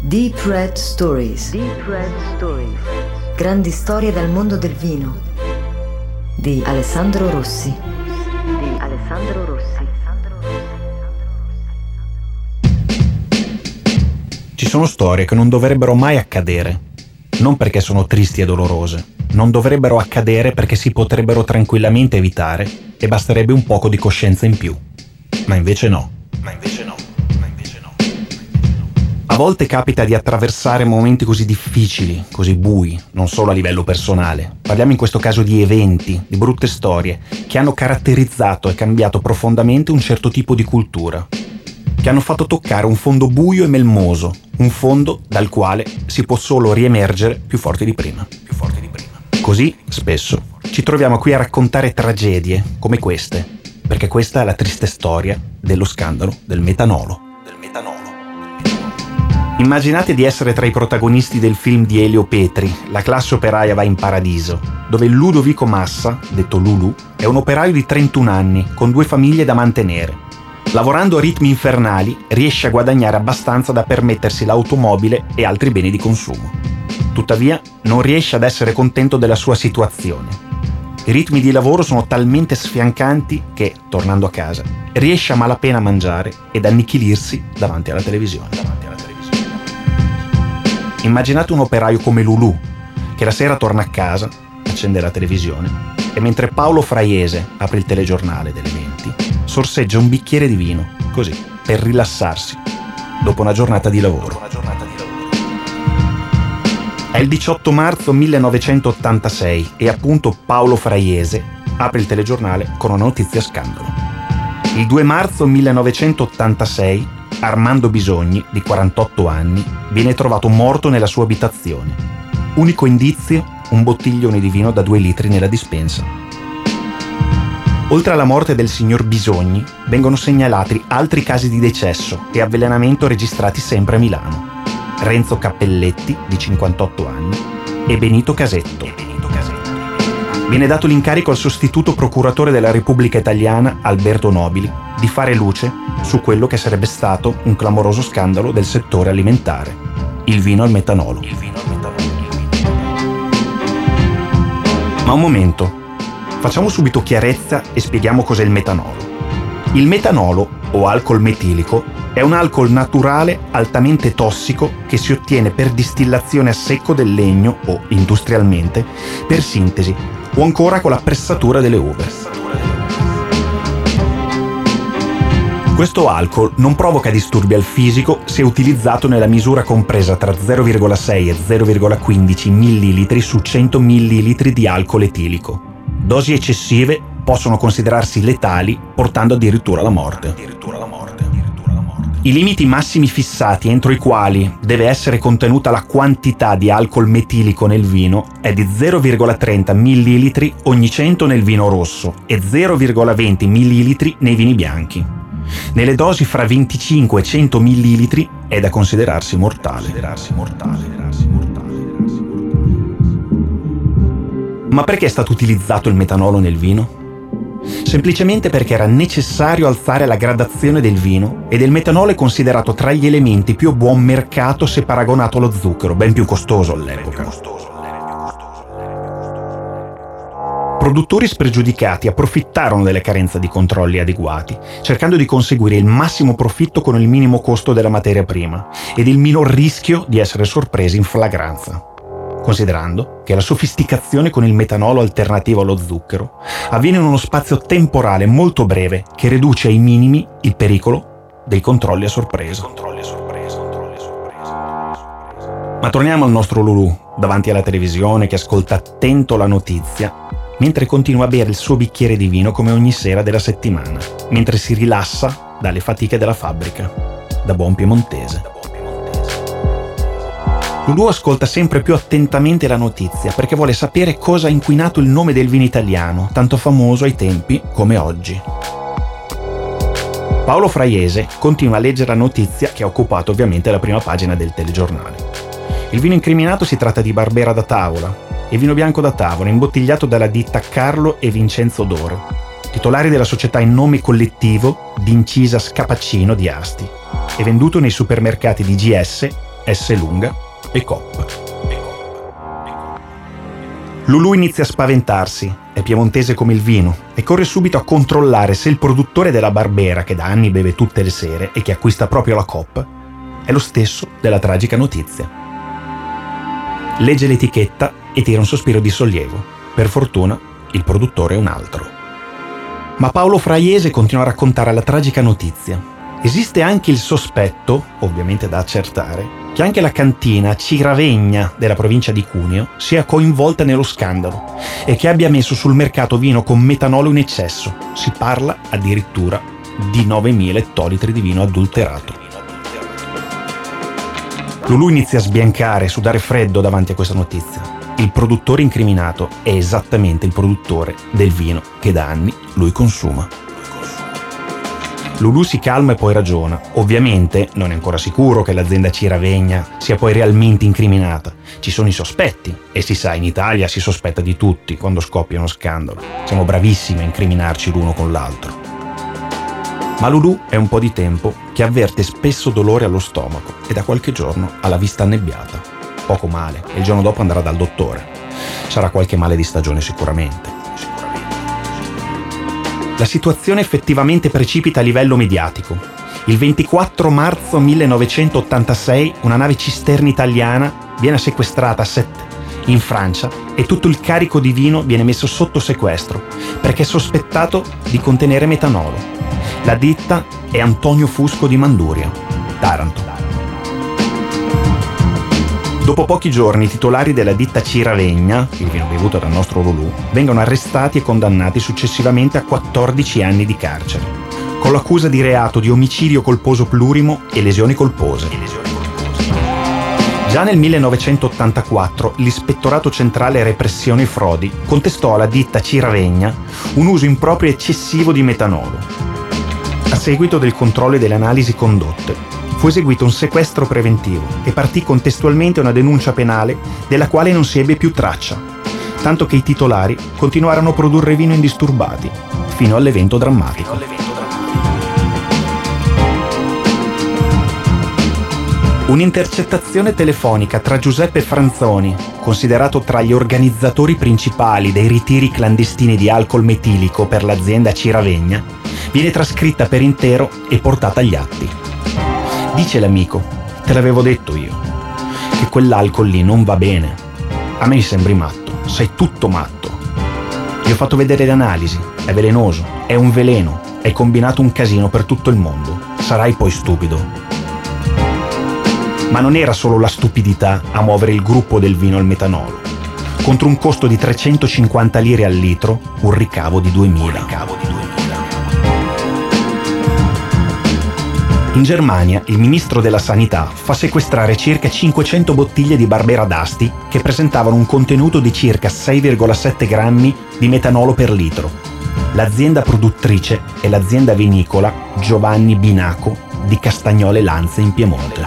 Deep Red Stories. Deep Red Stories. Grandi storie dal mondo del vino di Alessandro Rossi. Ci sono storie che non dovrebbero mai accadere, non perché sono tristi e dolorose, non dovrebbero accadere perché si potrebbero tranquillamente evitare e basterebbe un poco di coscienza in più. Ma invece no. A volte capita di attraversare momenti così difficili, così bui, non solo a livello personale. Parliamo in questo caso di eventi, di brutte storie, che hanno caratterizzato e cambiato profondamente un certo tipo di cultura, che hanno fatto toccare un fondo buio e melmoso, un fondo dal quale si può solo riemergere più forti di prima. Così, spesso, ci troviamo qui a raccontare tragedie come queste, perché questa è la triste storia dello scandalo del metanolo. Immaginate di essere tra i protagonisti del film di Elio Petri, La classe operaia va in paradiso, dove Ludovico Massa, detto Lulu, è un operaio di 31 anni, con 2 famiglie da mantenere. Lavorando a ritmi infernali, riesce a guadagnare abbastanza da permettersi l'automobile e altri beni di consumo. Tuttavia, non riesce ad essere contento della sua situazione. I ritmi di lavoro sono talmente sfiancanti che, tornando a casa, riesce a malapena a mangiare ed annichilirsi davanti alla televisione. Immaginate un operaio come Lulù, che la sera torna a casa, accende la televisione e mentre Paolo Fraiese apre il telegiornale delle 20, sorseggia un bicchiere di vino, così, per rilassarsi, dopo una giornata di lavoro. È il 18 marzo 1986 e appunto Paolo Fraiese apre il telegiornale con una notizia scandalo. Il 2 marzo 1986 Armando Bisogni, di 48 anni, viene trovato morto nella sua abitazione. Unico indizio, un bottiglione di vino da 2 litri nella dispensa. Oltre alla morte del signor Bisogni, vengono segnalati altri casi di decesso e avvelenamento registrati sempre a Milano. Renzo Cappelletti, di 58 anni, e Benito Casetto. Viene dato l'incarico al sostituto procuratore della Repubblica Italiana, Alberto Nobili, di fare luce su quello che sarebbe stato un clamoroso scandalo del settore alimentare, il vino al metanolo. Ma un momento, facciamo subito chiarezza e spieghiamo cos'è il metanolo. Il metanolo, o alcol metilico, è un alcol naturale altamente tossico che si ottiene per distillazione a secco del legno o, industrialmente, per sintesi, o ancora con la pressatura delle uve. Questo alcol non provoca disturbi al fisico se utilizzato nella misura compresa tra 0,6 e 0,15 ml su 100 ml di alcol etilico. Dosi eccessive possono considerarsi letali, portando addirittura alla morte. I limiti massimi fissati entro i quali deve essere contenuta la quantità di alcol metilico nel vino è di 0,30 ml ogni 100 nel vino rosso e 0,20 ml nei vini bianchi. Nelle dosi fra 25 e 100 ml è da considerarsi mortale. Ma perché è stato utilizzato il metanolo nel vino? Semplicemente perché era necessario alzare la gradazione del vino ed il metanolo è considerato tra gli elementi più a buon mercato se paragonato allo zucchero, ben più costoso all'epoca. Produttori spregiudicati approfittarono delle carenze di controlli adeguati, cercando di conseguire il massimo profitto con il minimo costo della materia prima ed il minor rischio di essere sorpresi in flagranza. Considerando che la sofisticazione con il metanolo alternativo allo zucchero avviene in uno spazio temporale molto breve che riduce ai minimi il pericolo dei controlli a sorpresa. Ma torniamo al nostro Lulù, davanti alla televisione che ascolta attento la notizia, mentre continua a bere il suo bicchiere di vino come ogni sera della settimana, mentre si rilassa dalle fatiche della fabbrica, da buon piemontese. Lulù ascolta sempre più attentamente la notizia perché vuole sapere cosa ha inquinato il nome del vino italiano, tanto famoso ai tempi come oggi. Paolo Fraiese continua a leggere la notizia che ha occupato ovviamente la prima pagina del telegiornale. Il vino incriminato si tratta di Barbera da tavola e vino bianco da tavola, imbottigliato dalla ditta Carlo e Vincenzo Doro, titolari della società in nome collettivo di Incisa Scapacino di Asti, e venduto nei supermercati di GS S lunga e Coop. Lulù inizia a spaventarsi, è piemontese come il vino, e corre subito a controllare se il produttore della Barbera, che da anni beve tutte le sere e che acquista proprio la Coop, è lo stesso della tragica notizia. Legge l'etichetta e tira un sospiro di sollievo. Per fortuna, il produttore è un altro. Ma Paolo Fraiese continua a raccontare la tragica notizia. Esiste anche il sospetto, ovviamente da accertare, che anche la cantina Ciravegna della provincia di Cuneo sia coinvolta nello scandalo e che abbia messo sul mercato vino con metanolo in eccesso. Si parla addirittura di 9.000 ettolitri di vino adulterato. Lulù inizia a sbiancare, sudare freddo davanti a questa notizia. Il produttore incriminato è esattamente il produttore del vino che da anni lui consuma. Lulù si calma e poi ragiona. Ovviamente non è ancora sicuro che l'azienda Ciravegna sia poi realmente incriminata. Ci sono i sospetti e si sa, in Italia si sospetta di tutti quando scoppia uno scandalo. Siamo bravissimi a incriminarci l'uno con l'altro. Ma Lulù è un po' di tempo che avverte spesso dolore allo stomaco e da qualche giorno ha la vista annebbiata. Poco male, e il giorno dopo andrà dal dottore. Sarà qualche male di stagione sicuramente. La situazione effettivamente precipita a livello mediatico. Il 24 marzo 1986 una nave cisterna italiana viene sequestrata a Sète, in Francia, e tutto il carico di vino viene messo sotto sequestro perché è sospettato di contenere metanolo. La ditta è Antonio Fusco di Manduria, Taranto. Dopo pochi giorni i titolari della ditta Ciravegna, il vino bevuto dal nostro Lulù, vengono arrestati e condannati successivamente a 14 anni di carcere, con l'accusa di reato di omicidio colposo plurimo e lesioni colpose. Già nel 1984 l'Ispettorato Centrale Repressione Frodi contestò alla ditta Ciravegna un uso improprio e eccessivo di metanolo. A seguito del controllo e delle analisi condotte, fu eseguito un sequestro preventivo e partì contestualmente una denuncia penale della quale non si ebbe più traccia, tanto che i titolari continuarono a produrre vino indisturbati, fino all'evento drammatico. Un'intercettazione telefonica tra Giuseppe Franzoni, considerato tra gli organizzatori principali dei ritiri clandestini di alcol metilico per l'azienda Ciravegna, viene trascritta per intero e portata agli atti. Dice l'amico: te l'avevo detto io, che quell'alcol lì non va bene. A me mi sembri matto, sei tutto matto. Gli ho fatto vedere le analisi, è velenoso, è un veleno, hai combinato un casino per tutto il mondo, sarai poi stupido. Ma non era solo la stupidità a muovere il gruppo del vino al metanolo. Contro un costo di 350 lire al litro, un ricavo di 2.000. In Germania, il ministro della Sanità fa sequestrare circa 500 bottiglie di Barbera d'Asti che presentavano un contenuto di circa 6,7 grammi di metanolo per litro. L'azienda produttrice è l'azienda vinicola Giovanni Binaco di Castagnole Lanze in Piemonte.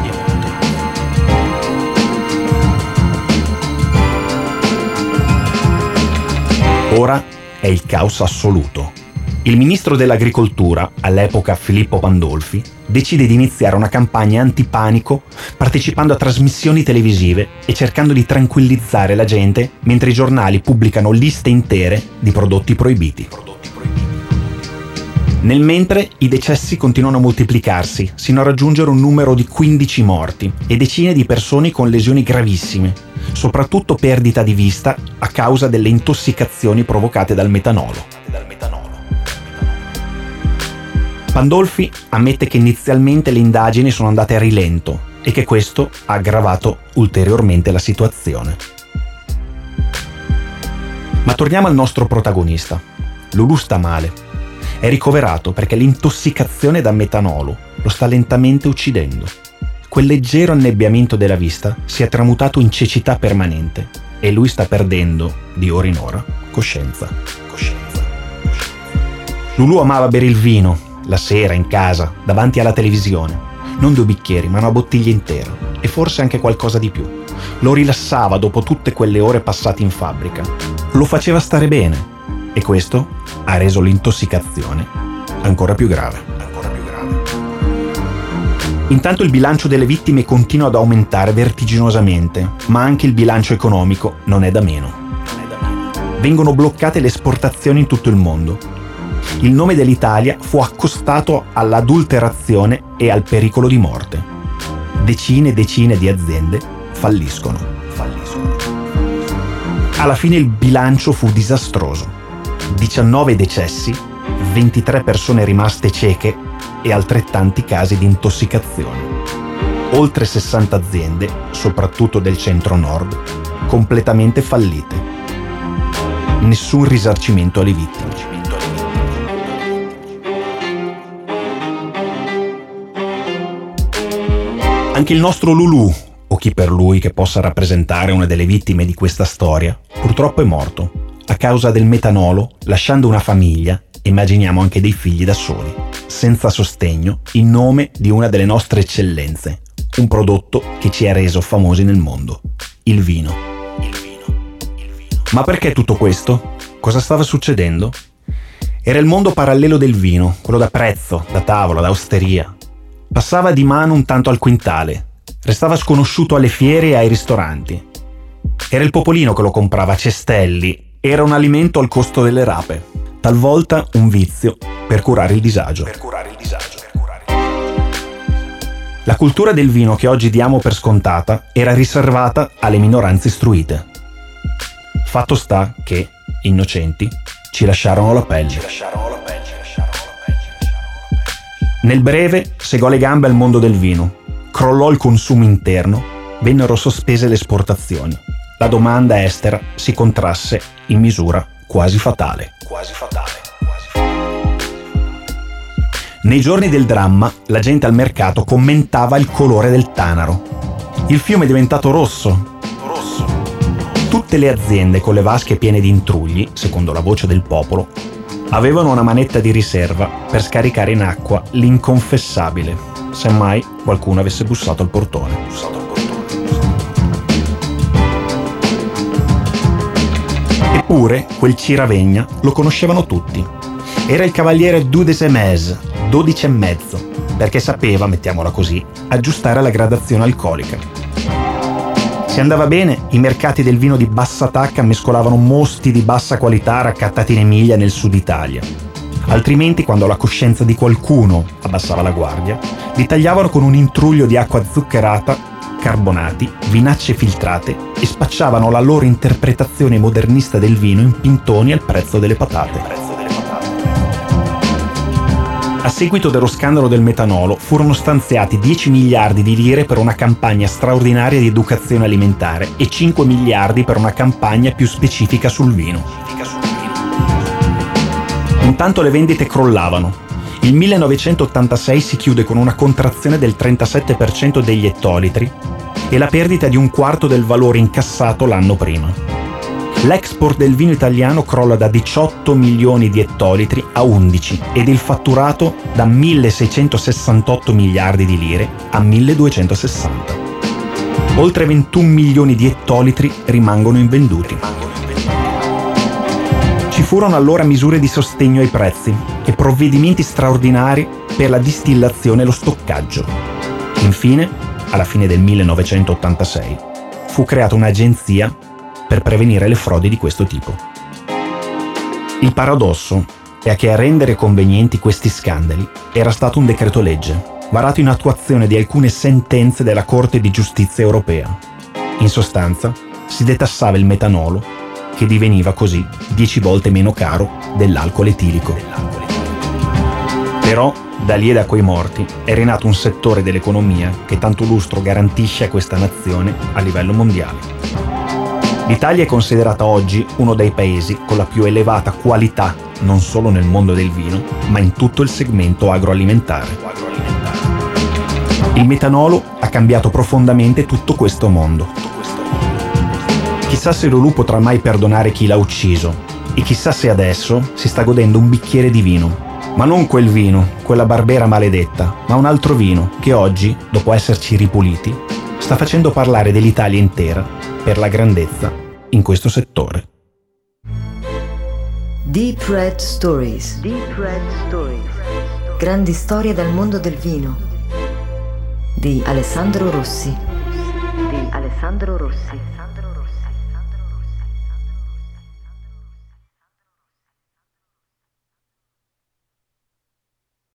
Ora è il caos assoluto. Il ministro dell'Agricoltura, all'epoca Filippo Pandolfi, decide di iniziare una campagna antipanico partecipando a trasmissioni televisive e cercando di tranquillizzare la gente mentre i giornali pubblicano liste intere di prodotti proibiti. Nel mentre i decessi continuano a moltiplicarsi sino a raggiungere un numero di 15 morti e decine di persone con lesioni gravissime, soprattutto perdita di vista a causa delle intossicazioni provocate dal metanolo. Pandolfi ammette che inizialmente le indagini sono andate a rilento e che questo ha aggravato ulteriormente la situazione. Ma torniamo al nostro protagonista. Lulù sta male. È ricoverato perché l'intossicazione da metanolo lo sta lentamente uccidendo. Quel leggero annebbiamento della vista si è tramutato in cecità permanente e lui sta perdendo, di ora in ora, coscienza. Lulù amava bere il vino, la sera, in casa, davanti alla televisione. Non 2 bicchieri, ma una bottiglia intera. E forse anche qualcosa di più. Lo rilassava dopo tutte quelle ore passate in fabbrica. Lo faceva stare bene. E questo ha reso l'intossicazione ancora più grave. Intanto il bilancio delle vittime continua ad aumentare vertiginosamente, ma anche il bilancio economico non è da meno. Vengono bloccate le esportazioni in tutto il mondo. Il nome dell'Italia fu accostato all'adulterazione e al pericolo di morte. Decine e decine di aziende falliscono. Alla fine il bilancio fu disastroso. 19 decessi, 23 persone rimaste cieche e altrettanti casi di intossicazione. Oltre 60 aziende, soprattutto del centro-nord, completamente fallite. Nessun risarcimento alle vittime. Anche il nostro Lulù, o chi per lui che possa rappresentare una delle vittime di questa storia, purtroppo è morto, a causa del metanolo, lasciando una famiglia, immaginiamo anche dei figli da soli, senza sostegno, in nome di una delle nostre eccellenze, un prodotto che ci ha reso famosi nel mondo, il vino. Ma perché tutto questo? Cosa stava succedendo? Era il mondo parallelo del vino, quello da prezzo, da tavola, da osteria. Passava di mano un tanto al quintale, restava sconosciuto alle fiere e ai ristoranti. Era il popolino che lo comprava a cestelli, era un alimento al costo delle rape, talvolta un vizio per curare il disagio. La cultura del vino che oggi diamo per scontata era riservata alle minoranze istruite. Fatto sta che, innocenti, ci lasciarono la pelle. Nel breve segò le gambe al mondo del vino, crollò il consumo interno, vennero sospese le esportazioni. La domanda estera si contrasse in misura quasi fatale. Nei giorni del dramma, la gente al mercato commentava il colore del Tanaro. Il fiume è diventato rosso. Tutte le aziende con le vasche piene di intrugli, secondo la voce del popolo, avevano una manetta di riserva per scaricare in acqua l'inconfessabile, semmai qualcuno avesse bussato al portone. Eppure quel Ciravegna lo conoscevano tutti. Era il cavaliere 12 mese, 12 e mezzo, perché sapeva, mettiamola così, aggiustare la gradazione alcolica. Se andava bene, i mercati del vino di bassa tacca mescolavano mosti di bassa qualità raccattati in Emilia nel sud Italia. Altrimenti, quando la coscienza di qualcuno abbassava la guardia, li tagliavano con un intruglio di acqua zuccherata, carbonati, vinacce filtrate e spacciavano la loro interpretazione modernista del vino in pintoni al prezzo delle patate. A seguito dello scandalo del metanolo furono stanziati 10 miliardi di lire per una campagna straordinaria di educazione alimentare e 5 miliardi per una campagna più specifica sul vino. Intanto le vendite crollavano. Il 1986 si chiude con una contrazione del 37% degli ettolitri e la perdita di un quarto del valore incassato l'anno prima. L'export del vino italiano crolla da 18 milioni di ettolitri a 11 ed il fatturato da 1.668 miliardi di lire a 1.260. Oltre 21 milioni di ettolitri rimangono invenduti. Ci furono allora misure di sostegno ai prezzi e provvedimenti straordinari per la distillazione e lo stoccaggio. Infine, alla fine del 1986, fu creata un'agenzia per prevenire le frodi di questo tipo. Il paradosso è che a rendere convenienti questi scandali era stato un decreto legge, varato in attuazione di alcune sentenze della Corte di Giustizia europea. In sostanza, si detassava il metanolo, che diveniva così 10 volte meno caro dell'alcol etilico. Però, da lì e da quei morti, è rinato un settore dell'economia che tanto lustro garantisce a questa nazione a livello mondiale. L'Italia è considerata oggi uno dei paesi con la più elevata qualità non solo nel mondo del vino, ma in tutto il segmento agroalimentare. Il metanolo ha cambiato profondamente tutto questo mondo. Chissà se Lulù potrà mai perdonare chi l'ha ucciso e chissà se adesso si sta godendo un bicchiere di vino. Ma non quel vino, quella Barbera maledetta, ma un altro vino che oggi, dopo esserci ripuliti, sta facendo parlare dell'Italia intera per la grandezza in questo settore. Deep Red Stories. Grandi storie dal mondo del vino. di Alessandro Rossi.